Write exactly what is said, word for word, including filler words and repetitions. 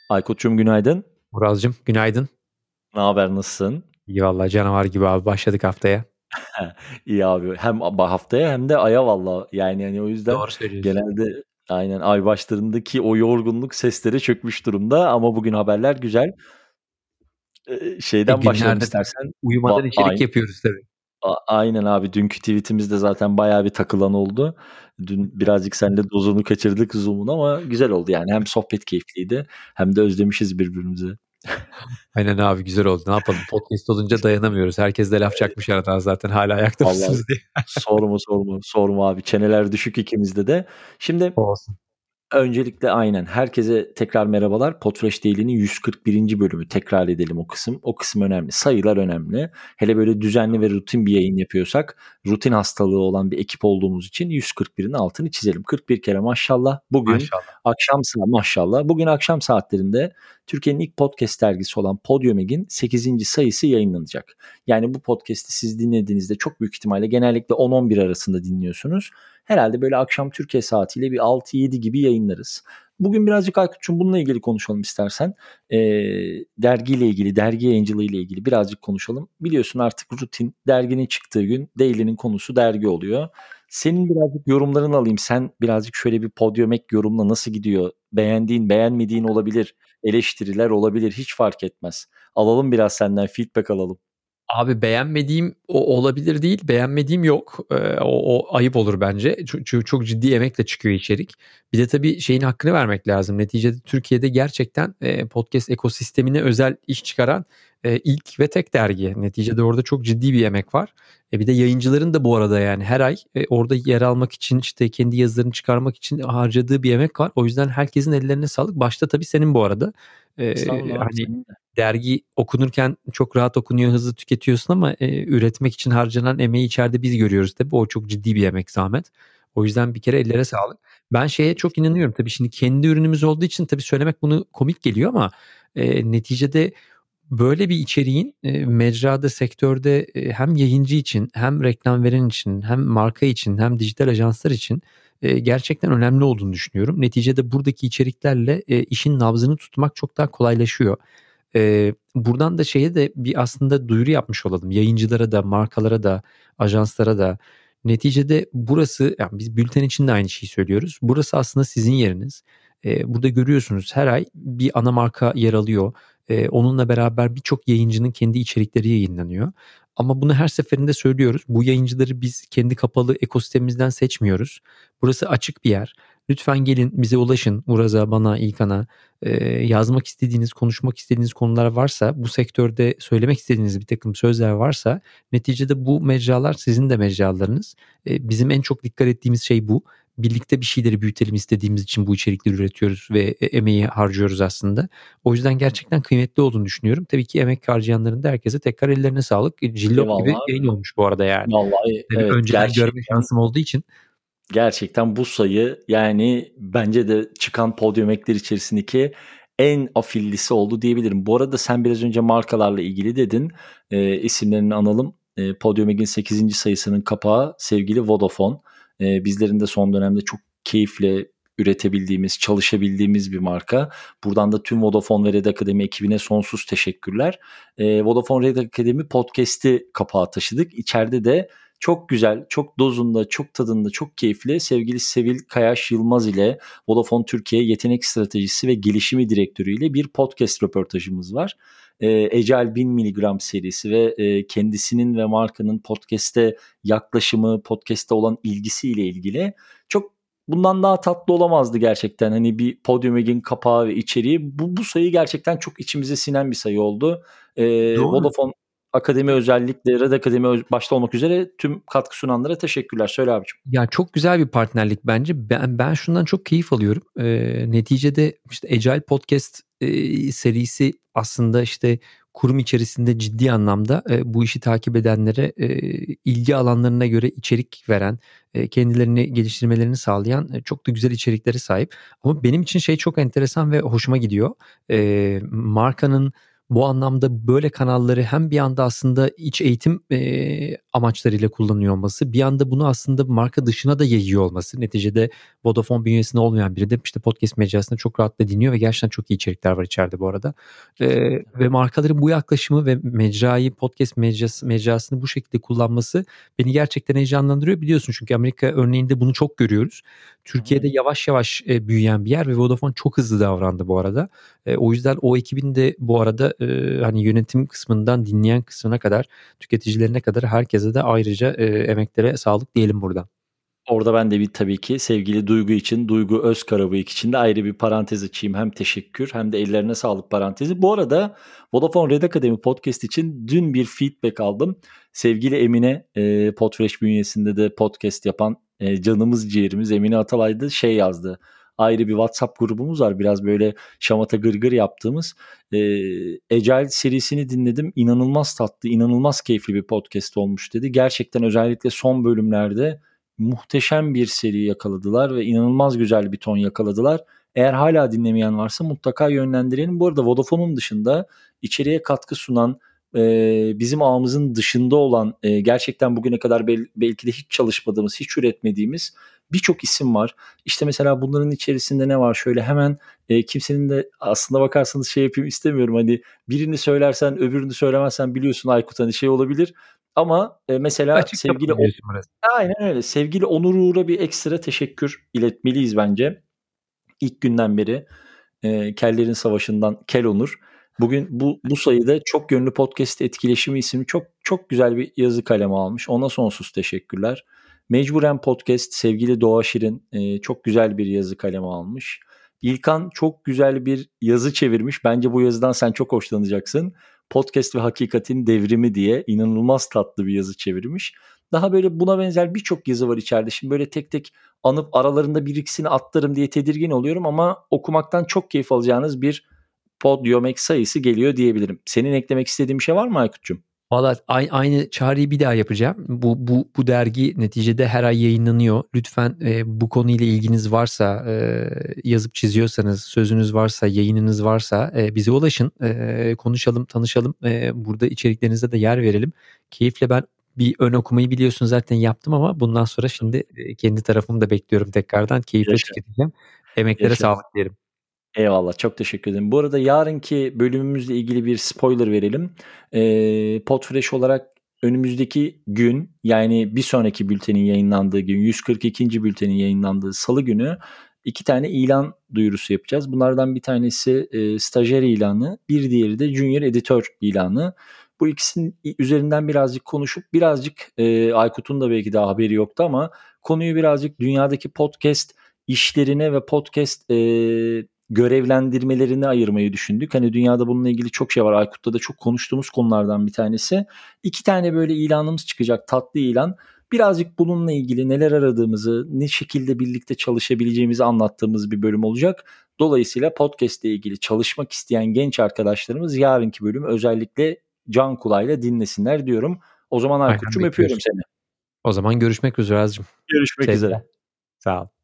Aykut'cum günaydın. Murazcığım günaydın. Ne haber, nasılsın? İyi vallahi canavar gibi abi başladık haftaya. İyi abi. Hem ba- haftaya hem de aya valla. Yani hani o yüzden Doğru söylüyorsun. genelde aynen ay başlarındaki o yorgunluk sesleri çökmüş durumda ama bugün haberler güzel. Ee, E şeyden başlayalım günlerdir istersen. uyumadan Ba- içerik ay- yapıyoruz tabii. a- aynen abi. Dünkü tweetimizde zaten bayağı bir takılan oldu. Dün birazcık seninle dozunu kaçırdık Zoom'un ama güzel oldu yani. Hem sohbet keyifliydi hem de özlemişiz birbirimizi. Aynen abi güzel oldu. Ne yapalım? Podcast olunca dayanamıyoruz. Herkes de laf çakmış aradan zaten hala ayakta Vallahi mısınız diye. sorma sorma sorma abi. Çeneler düşük ikimizde de. Şimdi Olsun. öncelikle aynen herkese tekrar merhabalar. Podfresh Daily'nin yüz kırk birinci bölümü. Tekrar edelim o kısım. O kısım önemli. Sayılar önemli. Hele böyle düzenli ve rutin bir yayın yapıyorsak, rutin hastalığı olan bir ekip olduğumuz için yüz kırk birin altını çizelim. kırk bir kere maşallah. Bugün Maşallah. akşam saat maşallah. Bugün akşam saatlerinde Türkiye'nin ilk podcast dergisi olan Podiumeg'in sekizinci sayısı yayınlanacak. Yani bu podcast'i siz dinlediğinizde çok büyük ihtimalle genellikle on on bir arasında dinliyorsunuz. Herhalde böyle akşam Türkiye saatiyle bir altı yedi gibi yayınlarız. Bugün birazcık Aykut'cum bununla ilgili konuşalım istersen. Ee, dergiyle ilgili, dergi yayıncılığı ile ilgili birazcık konuşalım. Biliyorsun artık rutin, derginin çıktığı gün Daily'nin konusu dergi oluyor. Senin birazcık yorumlarını alayım. Sen birazcık şöyle bir Podium yorumla nasıl gidiyor? Beğendiğin, beğenmediğin olabilir. Eleştiriler olabilir. Hiç fark etmez. Alalım biraz senden feedback alalım. Abi beğenmediğim o olabilir değil. Beğenmediğim yok. Ee, o, o ayıp olur bence. Çünkü çok ciddi emekle çıkıyor içerik. Bir de tabii şeyin hakkını vermek lazım. Neticede Türkiye'de gerçekten e, podcast ekosistemine özel iş çıkaran e, ilk ve tek dergi. Neticede orada çok ciddi bir emek var. E, bir de yayıncıların da bu arada yani her ay e, orada yer almak için işte kendi yazılarını çıkarmak için harcadığı bir emek var. O yüzden herkesin ellerine sağlık. Başta tabii senin bu arada. E, Estağfurullah abi hani senin de. dergi okunurken çok rahat okunuyor, hızlı tüketiyorsun ama e, üretmek için harcanan emeği içeride biz görüyoruz tabii. O çok ciddi bir emek, zahmet. O yüzden bir kere ellere sağlık. Ben şeye çok inanıyorum tabii, şimdi kendi ürünümüz olduğu için tabii söylemek bunu komik geliyor ama e, neticede böyle bir içeriğin e, mecrada, sektörde e, hem yayıncı için hem reklam veren için hem marka için hem dijital ajanslar için e, gerçekten önemli olduğunu düşünüyorum. Neticede buradaki içeriklerle e, işin nabzını tutmak çok daha kolaylaşıyor. Ee, buradan da şeye de bir aslında duyuru yapmış olalım. Yayıncılara da, markalara da, ajanslara da. Neticede burası, yani biz bülten için de aynı şeyi söylüyoruz. Burası aslında sizin yeriniz. Ee, burada görüyorsunuz her ay bir ana marka yer alıyor. Ee, onunla beraber birçok yayıncının kendi içerikleri yayınlanıyor. Ama bunu her seferinde söylüyoruz. Bu yayıncıları biz kendi kapalı ekosistemimizden seçmiyoruz. Burası açık bir yer. Lütfen gelin bize ulaşın. Uraz'a, bana, İlkan'a. Ee, yazmak istediğiniz, konuşmak istediğiniz konular varsa, bu sektörde söylemek istediğiniz bir takım sözler varsa, neticede bu mecralar sizin de mecralarınız. Ee, bizim en çok dikkat ettiğimiz şey bu. Birlikte bir şeyleri büyütelim istediğimiz için bu içerikleri üretiyoruz ve e- emeği harcıyoruz aslında. O yüzden gerçekten kıymetli olduğunu düşünüyorum. Tabii ki emek harcayanların da herkese tekrar ellerine sağlık. E, Cillop gibi Eyvallah. yayın olmuş bu arada yani. Vallahi Tabii evet önceden görme gerçekten şansım olduğu için. gerçekten bu sayı yani bence de çıkan podyum ekler içerisindeki en afillisi oldu diyebilirim. Bu arada sen biraz önce markalarla ilgili dedin. E, isimlerini analım. E, Podium Eg'in sekizinci sayısının kapağı sevgili Vodafone. E, bizlerin de son dönemde çok keyifle üretebildiğimiz, çalışabildiğimiz bir marka. Buradan da tüm Vodafone ve Red Akademi ekibine sonsuz teşekkürler. E, Vodafone Red Akademi podcast'i kapağa taşıdık. İçeride de çok güzel, çok dozunda, çok tadında, çok keyifli sevgili Sevil Kayaş Yılmaz ile Vodafone Türkiye Yetenek Stratejisi ve Gelişimi Direktörü ile bir podcast röportajımız var. Ee, Ecel bin miligram serisi ve e, kendisinin ve markanın podcast'e yaklaşımı, podcast'e olan ilgisiyle ilgili çok bundan daha tatlı olamazdı gerçekten. Hani bir Podium Eg'in kapağı ve içeriği bu, bu sayı gerçekten çok içimize sinen bir sayı oldu. Ee, Doğru. Vodafone Akademi özellikle Red Akademi başta olmak üzere tüm katkı sunanlara teşekkürler. Söyle abicim. Ya çok güzel bir partnerlik bence. Ben ben şundan çok keyif alıyorum. Ee, neticede işte Agile Podcast e, serisi aslında işte kurum içerisinde ciddi anlamda e, bu işi takip edenlere e, ilgi alanlarına göre içerik veren, e, kendilerini geliştirmelerini sağlayan e, çok da güzel içeriklere sahip. Ama benim için şey çok enteresan ve hoşuma gidiyor. E, markanın Bu anlamda böyle kanalları hem bir anda aslında iç eğitim, eee, amaçlarıyla kullanıyor olması, bir anda bunu aslında marka dışına da yayıyor olması. Neticede Vodafone bünyesinde olmayan biri de işte podcast mecrasında çok rahatlıkla dinliyor ve gerçekten çok iyi içerikler var içeride bu arada. Eee, Kesinlikle. ve markaların bu yaklaşımı ve mecrayı, podcast mecrası mecrasını bu şekilde kullanması beni gerçekten heyecanlandırıyor. Biliyorsun çünkü Amerika örneğinde bunu çok görüyoruz. Hı hı. Türkiye'de yavaş yavaş, eee, büyüyen bir yer ve Vodafone çok hızlı davrandı bu arada. Eee, o yüzden o ekibin de bu arada, eee, hani yönetim kısmından dinleyen kısmına kadar, tüketicilerine kadar herkese de ayrıca, eee, emeklere sağlık diyelim buradan. Orada ben de bir tabii ki sevgili Duygu için, Duygu Özkarabıyık için de ayrı bir parantez açayım. Hem teşekkür hem de ellerine sağlık parantezi. Bu arada Vodafone Red Akademi podcast için dün bir feedback aldım. Sevgili Emine, eee, Podfresh bünyesinde de podcast yapan, eee, canımız ciğerimiz Emine Atalay da şey yazdı. Ayrı bir WhatsApp grubumuz var. Biraz böyle şamata gırgır yaptığımız. Eee, Agile serisini dinledim. İnanılmaz tatlı, inanılmaz keyifli bir podcast olmuş dedi. Gerçekten özellikle son bölümlerde muhteşem bir seri yakaladılar ve inanılmaz güzel bir ton yakaladılar. Eğer hala dinlemeyen varsa mutlaka yönlendirelim. Bu arada Vodafone'un dışında içeriye katkı sunan, eee, bizim ağımızın dışında olan, eee, gerçekten bugüne kadar bel belki de hiç çalışmadığımız, hiç üretmediğimiz birçok isim var. İşte mesela bunların içerisinde ne var? Şöyle hemen, eee, kimsenin de aslında bakarsanız şey yapayım istemiyorum, hani birini söylersen öbürünü söylemezsen biliyorsun Aykut, hani şey olabilir ama, eee, mesela Açık sevgili kapı o diyorsun burası. Aynen öyle. Sevgili Onur Uğur'a bir ekstra teşekkür iletmeliyiz bence. İlk günden beri, eee, Kellerin Savaşı'ndan Kel Onur. Bugün bu bu sayıda Çok Yönlü Podcast Etkileşimi isimli çok çok güzel bir yazı kaleme almış. Ona sonsuz teşekkürler. Mecburen Podcast sevgili Doğa Şirin, eee, çok güzel bir yazı kaleme almış. İlkan çok güzel bir yazı çevirmiş. Bence bu yazıdan sen çok hoşlanacaksın. Podcast ve Hakikatin Devrimi diye inanılmaz tatlı bir yazı çevirmiş. Daha böyle buna benzer birçok yazı var içeride. Şimdi böyle tek tek anıp aralarında bir ikisini atlarım diye tedirgin oluyorum ama okumaktan çok keyif alacağınız bir Podiomex sayısı geliyor diyebilirim. Senin eklemek istediğin bir şey var mı Aykut'cum? Valla ay- aynı çağrıyı bir daha yapacağım. Bu bu bu dergi neticede her ay yayınlanıyor. Lütfen e, bu konuyla ilginiz varsa, e, yazıp çiziyorsanız, sözünüz varsa, yayınınız varsa e, bize ulaşın. E, konuşalım, tanışalım. E, burada içeriklerinize de yer verelim. Keyifle ben bir ön okumayı biliyorsun zaten yaptım ama bundan sonra şimdi e, kendi tarafımı da bekliyorum tekrardan. Keyifle Yaşa, tüketeceğim. Emeklere yaşa. sağlık diyelim. Eyvallah, çok teşekkür ederim. Bu arada yarınki bölümümüzle ilgili bir spoiler verelim. Eee, Podfresh olarak önümüzdeki gün, yani bir sonraki bültenin yayınlandığı gün, yüz kırk ikinci bültenin yayınlandığı salı günü iki tane ilan duyurusu yapacağız. Bunlardan bir tanesi eee, stajyer ilanı, bir diğeri de junior editör ilanı. Bu ikisinin üzerinden birazcık konuşup birazcık eee, Aykut'un da belki daha haberi yoktu ama konuyu birazcık dünyadaki podcast işlerine ve podcast eee görevlendirmelerini ayırmayı düşündük. Hani dünyada bununla ilgili çok şey var. Aykut'ta da çok konuştuğumuz konulardan bir tanesi. İki tane böyle ilanımız çıkacak. Tatlı ilan. Birazcık bununla ilgili neler aradığımızı, ne şekilde birlikte çalışabileceğimizi anlattığımız bir bölüm olacak. Dolayısıyla podcast ile ilgili çalışmak isteyen genç arkadaşlarımız yarınki bölümü özellikle can kulağıyla dinlesinler diyorum. O zaman Aynen Aykut'cum öpüyorum bekliyoruz. seni. O zaman görüşmek üzere Azcığım. Görüşmek Sevgiler. üzere. Sağ ol.